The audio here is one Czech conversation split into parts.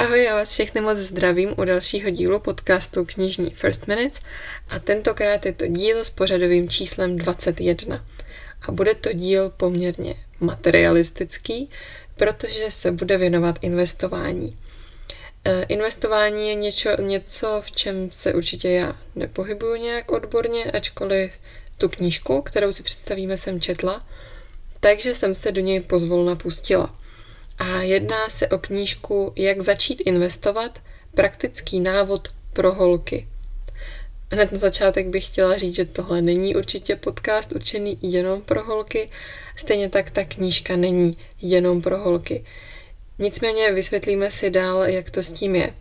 Ahoj, já vás všechny moc zdravím u dalšího dílu podcastu Knižní First Minutes a tentokrát je to díl s pořadovým číslem 21. A bude to díl poměrně materialistický, protože se bude věnovat investování. Investování je něco, v čem se určitě já nepohybuju nějak odborně, ačkoliv tu knížku, kterou si představíme, jsem četla, takže jsem se do něj pozvolna pustila. A jedná se o knížku Jak začít investovat, praktický návod pro holky. Hned na začátek bych chtěla říct, že tohle není určitě podcast určený jenom pro holky, stejně tak ta knížka není jenom pro holky. Nicméně vysvětlíme si dál, jak to s tím je.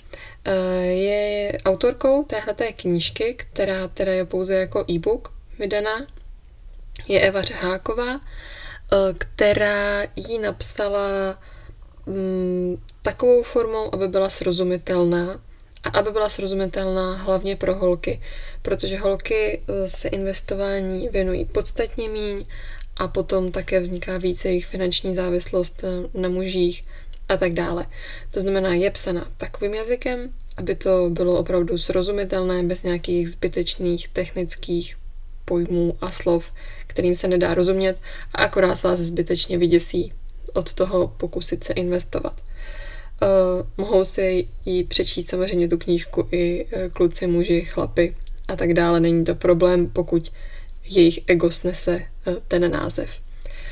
Je autorkou téhleté knížky, která teda je pouze jako e-book vydaná, je Eva Řeháková, která ji napsala takovou formou, aby byla srozumitelná a aby byla srozumitelná hlavně pro holky, protože holky se investování věnují podstatně míň a potom také vzniká více jejich finanční závislost na mužích a tak dále. To znamená, je psaná takovým jazykem, aby to bylo opravdu srozumitelné bez nějakých zbytečných technických pojmů a slov, kterým se nedá rozumět a akorát vás zbytečně vyděsí od toho pokusit se investovat. Mohou si ji přečíst samozřejmě tu knížku i kluci, muži, chlapi a tak dále. Není to problém, pokud jejich ego snese ten název.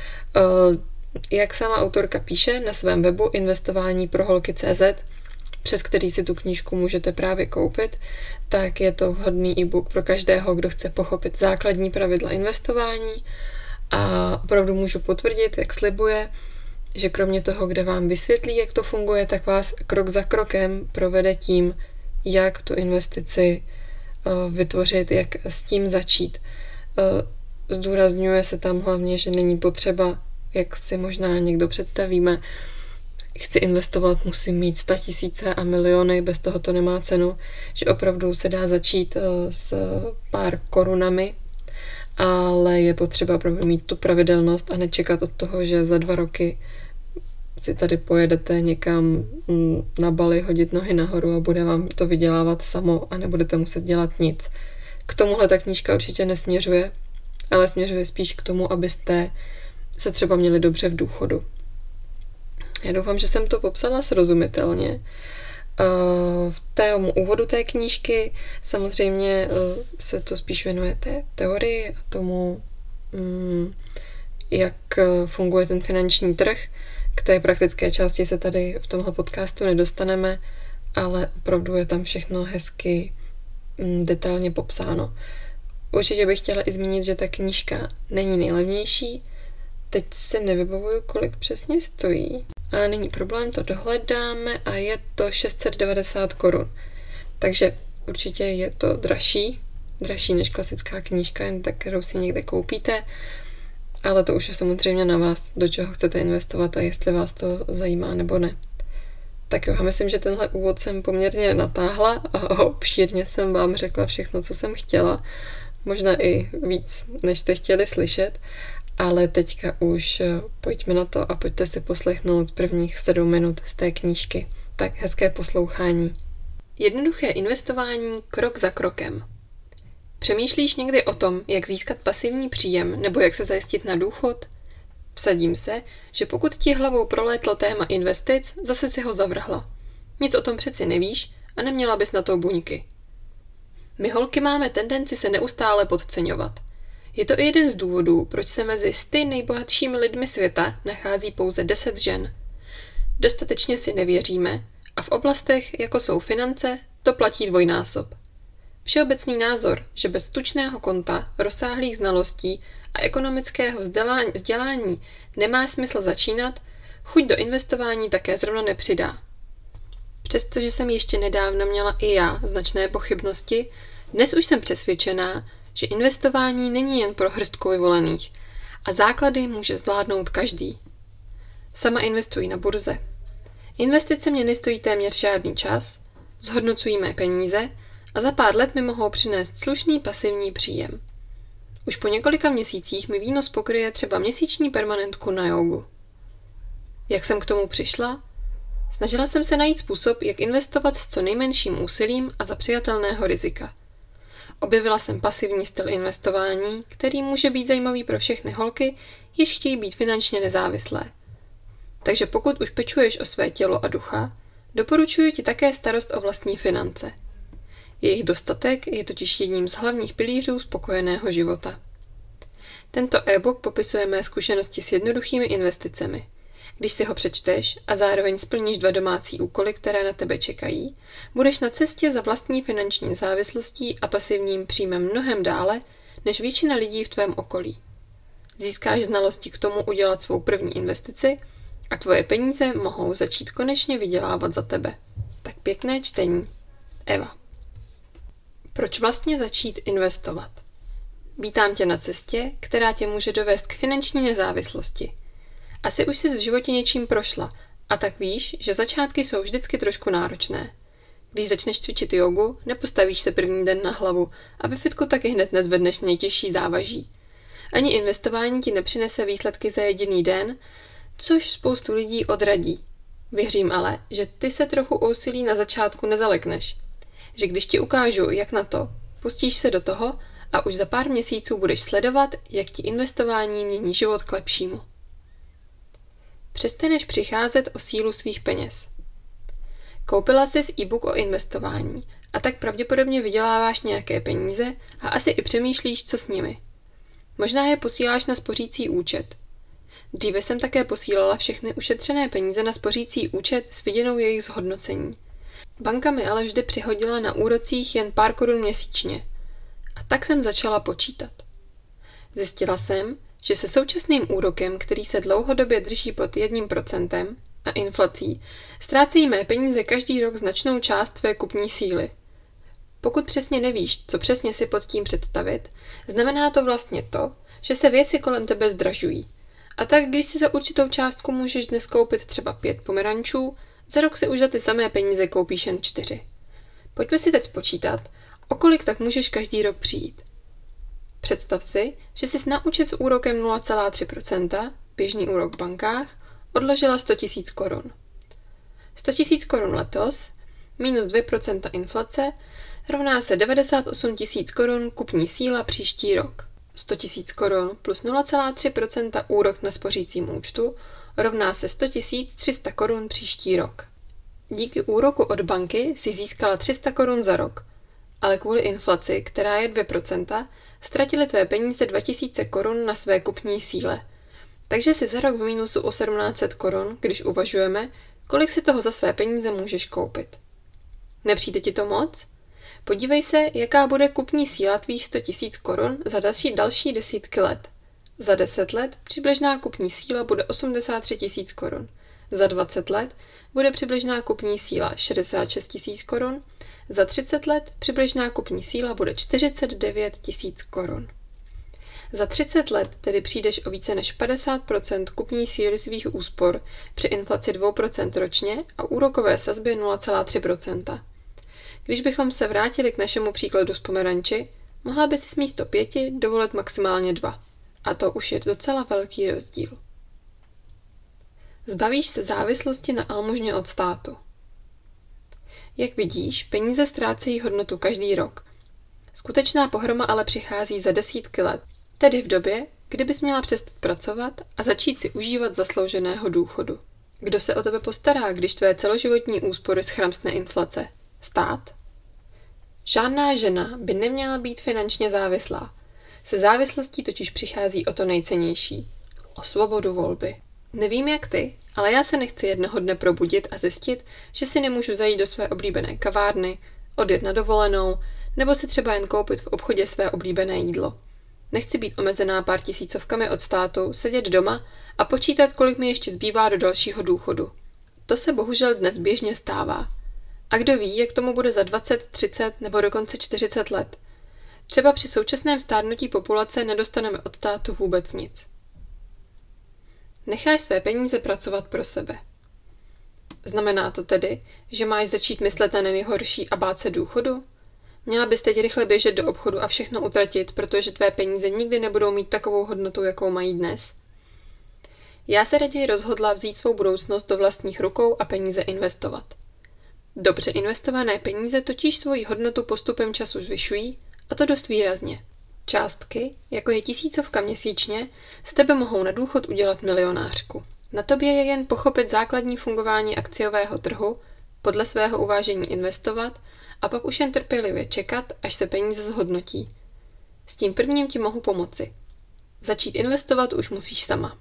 Jak sama autorka píše na svém webu investování pro holky.cz, přes který si tu knížku můžete právě koupit, tak je to vhodný e-book pro každého, kdo chce pochopit základní pravidla investování a opravdu můžu potvrdit, jak slibuje, že kromě toho, kde vám vysvětlí, jak to funguje, tak vás krok za krokem provede tím, jak tu investici vytvořit, jak s tím začít. Zdůrazňuje se tam hlavně, že není potřeba, jak si možná někdo představíme, chci investovat, musím mít 100 000 a miliony, bez toho to nemá cenu, že opravdu se dá začít s pár korunami, ale je potřeba opravdu mít tu pravidelnost a nečekat od toho, že za 2 roky si tady pojedete někam na Bali, hodit nohy nahoru a bude vám to vydělávat samo a nebudete muset dělat nic. K tomuhle ta knížka určitě nesměřuje, ale směřuje spíš k tomu, abyste se třeba měli dobře v důchodu. Já doufám, že jsem to popsala srozumitelně. V tom úvodu té knížky samozřejmě se to spíš věnuje té teorii a tomu, jak funguje ten finanční trh. K té praktické části se tady v tomhle podcastu nedostaneme, ale opravdu je tam všechno hezky detailně popsáno. Určitě bych chtěla i zmínit, že ta knížka není nejlevnější. Teď se nevybavuju, kolik přesně stojí. Ale není problém, to dohledáme a je to 690 korun. Takže určitě je to dražší než klasická knížka, jen tak, kterou si někde koupíte, ale to už je samozřejmě na vás, do čeho chcete investovat a jestli vás to zajímá nebo ne. Tak jo, já myslím, že tenhle úvod jsem poměrně natáhla a obšírně jsem vám řekla všechno, co jsem chtěla, možná i víc, než jste chtěli slyšet. Ale teďka už pojďme na to a pojďte si poslechnout prvních 7 minut z té knížky. Tak hezké poslouchání. Jednoduché investování krok za krokem. Přemýšlíš někdy o tom, jak získat pasivní příjem nebo jak se zajistit na důchod? Vsadím se, že pokud ti hlavou prolétlo téma investic, zase si ho zavrhla. Nic o tom přeci nevíš a neměla bys na to buňky. My holky máme tendenci se neustále podceňovat. Je to i jeden z důvodů, proč se mezi 100 nejbohatšími lidmi světa nachází pouze 10 žen. Dostatečně si nevěříme a v oblastech, jako jsou finance, to platí dvojnásob. Všeobecný názor, že bez tučného konta, rozsáhlých znalostí a ekonomického vzdělání nemá smysl začínat, chuť do investování také zrovna nepřidá. Přestože jsem ještě nedávno měla i já značné pochybnosti, dnes už jsem přesvědčená, že investování není jen pro hrstku vyvolených a základy může zvládnout každý. Sama investuji na burze. Investice mě nestojí téměř žádný čas, zhodnocují mé peníze a za pár let mi mohou přinést slušný pasivní příjem. Už po několika měsících mi výnos pokryje třeba měsíční permanentku na jógu. Jak jsem k tomu přišla? Snažila jsem se najít způsob, jak investovat s co nejmenším úsilím a za přijatelného rizika. Objevila jsem pasivní styl investování, který může být zajímavý pro všechny holky, jež chtějí být finančně nezávislé. Takže pokud už pečuješ o své tělo a ducha, doporučuji ti také starost o vlastní finance. Jejich dostatek je totiž jedním z hlavních pilířů spokojeného života. Tento e-book popisuje mé zkušenosti s jednoduchými investicemi. Když si ho přečteš a zároveň splníš 2 domácí úkoly, které na tebe čekají, budeš na cestě za vlastní finanční nezávislostí a pasivním příjmem mnohem dále, než většina lidí v tvém okolí. Získáš znalosti k tomu udělat svou první investici a tvoje peníze mohou začít konečně vydělávat za tebe. Tak pěkné čtení. Eva. Proč vlastně začít investovat? Vítám tě na cestě, která tě může dovést k finanční nezávislosti. Asi už jsi v životě něčím prošla a tak víš, že začátky jsou vždycky trošku náročné. Když začneš cvičit jogu, nepostavíš se první den na hlavu a ve fitku taky hned nezvedneš nejtěžší závaží. Ani investování ti nepřinese výsledky za jediný den, což spoustu lidí odradí. Věřím ale, že ty se trochu úsilí na začátku nezalekneš. Že když ti ukážu, jak na to, pustíš se do toho a už za pár měsíců budeš sledovat, jak ti investování mění život k lepšímu. Přestaneš přicházet o sílu svých peněz. Koupila jsi e-book o investování a tak pravděpodobně vyděláváš nějaké peníze a asi i přemýšlíš, co s nimi. Možná je posíláš na spořící účet. Dříve jsem také posílala všechny ušetřené peníze na spořící účet s viděnou jejich zhodnocení. Banka mi ale vždy přihodila na úrocích jen pár korun měsíčně. A tak jsem začala počítat. Zjistila jsem, že se současným úrokem, který se dlouhodobě drží pod 1% a inflací, ztrácejí mé peníze každý rok značnou část své kupní síly. Pokud přesně nevíš, co přesně si pod tím představit, znamená to vlastně to, že se věci kolem tebe zdražují. A tak, když si za určitou částku můžeš dnes koupit třeba 5 pomerančů, za rok si už za ty samé peníze koupíš jen 4. Pojďme si teď spočítat, o kolik tak můžeš každý rok přijít. Představ si, že jsi na účet s úrokem 0,3%, běžný úrok v bankách, odložila 100 000 korun. 100 000 korun letos minus 2% inflace rovná se 98 000 korun kupní síla příští rok. 100 000 korun plus 0,3% úrok na spořícím účtu rovná se 100 300 korun příští rok. Díky úroku od banky si získala 300 korun za rok, ale kvůli inflaci, která je 2%, ztratily tvé peníze 2000 korun na své kupní síle. Takže si za rok v mínusu o 1700 korun, když uvažujeme, kolik si toho za své peníze můžeš koupit. Nepřijde ti to moc? Podívej se, jaká bude kupní síla tvých 100 000 korun za další desítky let. Za 10 let přibližná kupní síla bude 83 000 korun. Za 20 let bude přibližná kupní síla 66 000 korun. Za 30 let přibližná kupní síla bude 49 000 korun. Za 30 let tedy přijdeš o více než 50% kupní síly svých úspor při inflaci 2% ročně a úrokové sazbě 0,3%. Když bychom se vrátili k našemu příkladu s pomeranči, mohla by si místo 5 dovolit maximálně 2. A to už je docela velký rozdíl. Zbavíš se závislosti na almužně od státu. Jak vidíš, peníze ztrácejí hodnotu každý rok. Skutečná pohroma ale přichází za desítky let, tedy v době, kdy bys měla přestat pracovat a začít si užívat zaslouženého důchodu. Kdo se o tebe postará, když tvé celoživotní úspory schramstne inflace? Stát? Žádná žena by neměla být finančně závislá. Se závislostí totiž přichází o to nejcennější. O svobodu volby. Nevím jak ty, ale já se nechci jednoho dne probudit a zjistit, že si nemůžu zajít do své oblíbené kavárny, odjet na dovolenou, nebo si třeba jen koupit v obchodě své oblíbené jídlo. Nechci být omezená pár tisícovkami od státu, sedět doma a počítat, kolik mi ještě zbývá do dalšího důchodu. To se bohužel dnes běžně stává. A kdo ví, jak tomu bude za 20, 30 nebo dokonce 40 let. Třeba při současném stárnutí populace nedostaneme od státu vůbec nic. Necháš své peníze pracovat pro sebe. Znamená to tedy, že máš začít myslet na nejhorší a bát se důchodu? Měla bys teď rychle běžet do obchodu a všechno utratit, protože tvé peníze nikdy nebudou mít takovou hodnotu, jakou mají dnes? Já se raději rozhodla vzít svou budoucnost do vlastních rukou a peníze investovat. Dobře investované peníze totiž svoji hodnotu postupem času zvyšují, a to dost výrazně. Částky, jako je 1000 měsíčně, z tebe mohou na důchod udělat milionářku. Na tobě je jen pochopit základní fungování akciového trhu, podle svého uvážení investovat a pak už jen trpělivě čekat, až se peníze zhodnotí. S tím prvním ti mohu pomoci. Začít investovat už musíš sama.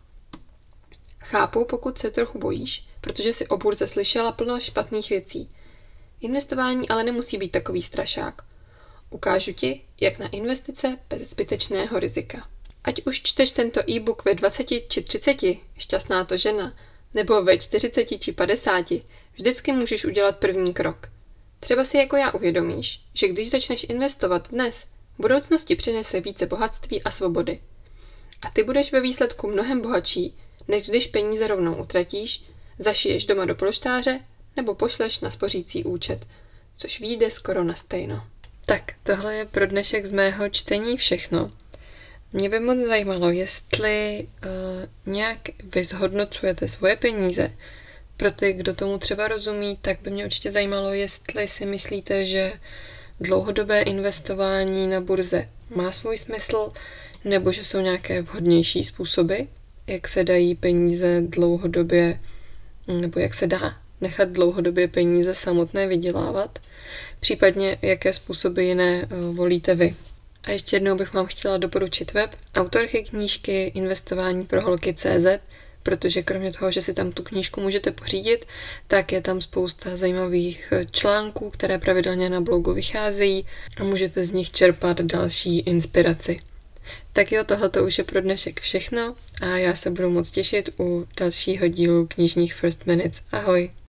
Chápu, pokud se trochu bojíš, protože si o burze slyšela plno špatných věcí. Investování ale nemusí být takový strašák. Ukážu ti, jak na investice bez zbytečného rizika. Ať už čteš tento e-book ve 20 či 30, šťastná to žena, nebo ve 40 či 50, vždycky můžeš udělat první krok. Třeba si jako já uvědomíš, že když začneš investovat dnes, v budoucnosti přinese více bohatství a svobody. A ty budeš ve výsledku mnohem bohatší, než když peníze rovnou utratíš, zašiješ doma do polštáře nebo pošleš na spořící účet, což vyjde skoro na stejno. Tak, tohle je pro dnešek z mého čtení všechno. Mě by moc zajímalo, jestli nějak vy zhodnocujete svoje peníze. Pro ty, kdo tomu třeba rozumí, tak by mě určitě zajímalo, jestli si myslíte, že dlouhodobé investování na burze má svůj smysl, nebo že jsou nějaké vhodnější způsoby, jak se dají peníze dlouhodobě, nebo jak se dá nechat dlouhodobě peníze samotné vydělávat, případně jaké způsoby jiné volíte vy. A ještě jednou bych vám chtěla doporučit web autorky knížky Investování pro holky.cz, protože kromě toho, že si tam tu knížku můžete pořídit, tak je tam spousta zajímavých článků, které pravidelně na blogu vycházejí a můžete z nich čerpat další inspiraci. Tak jo, tohle už je pro dnešek všechno a já se budu moc těšit u dalšího dílu knižních First Minutes. Ahoj!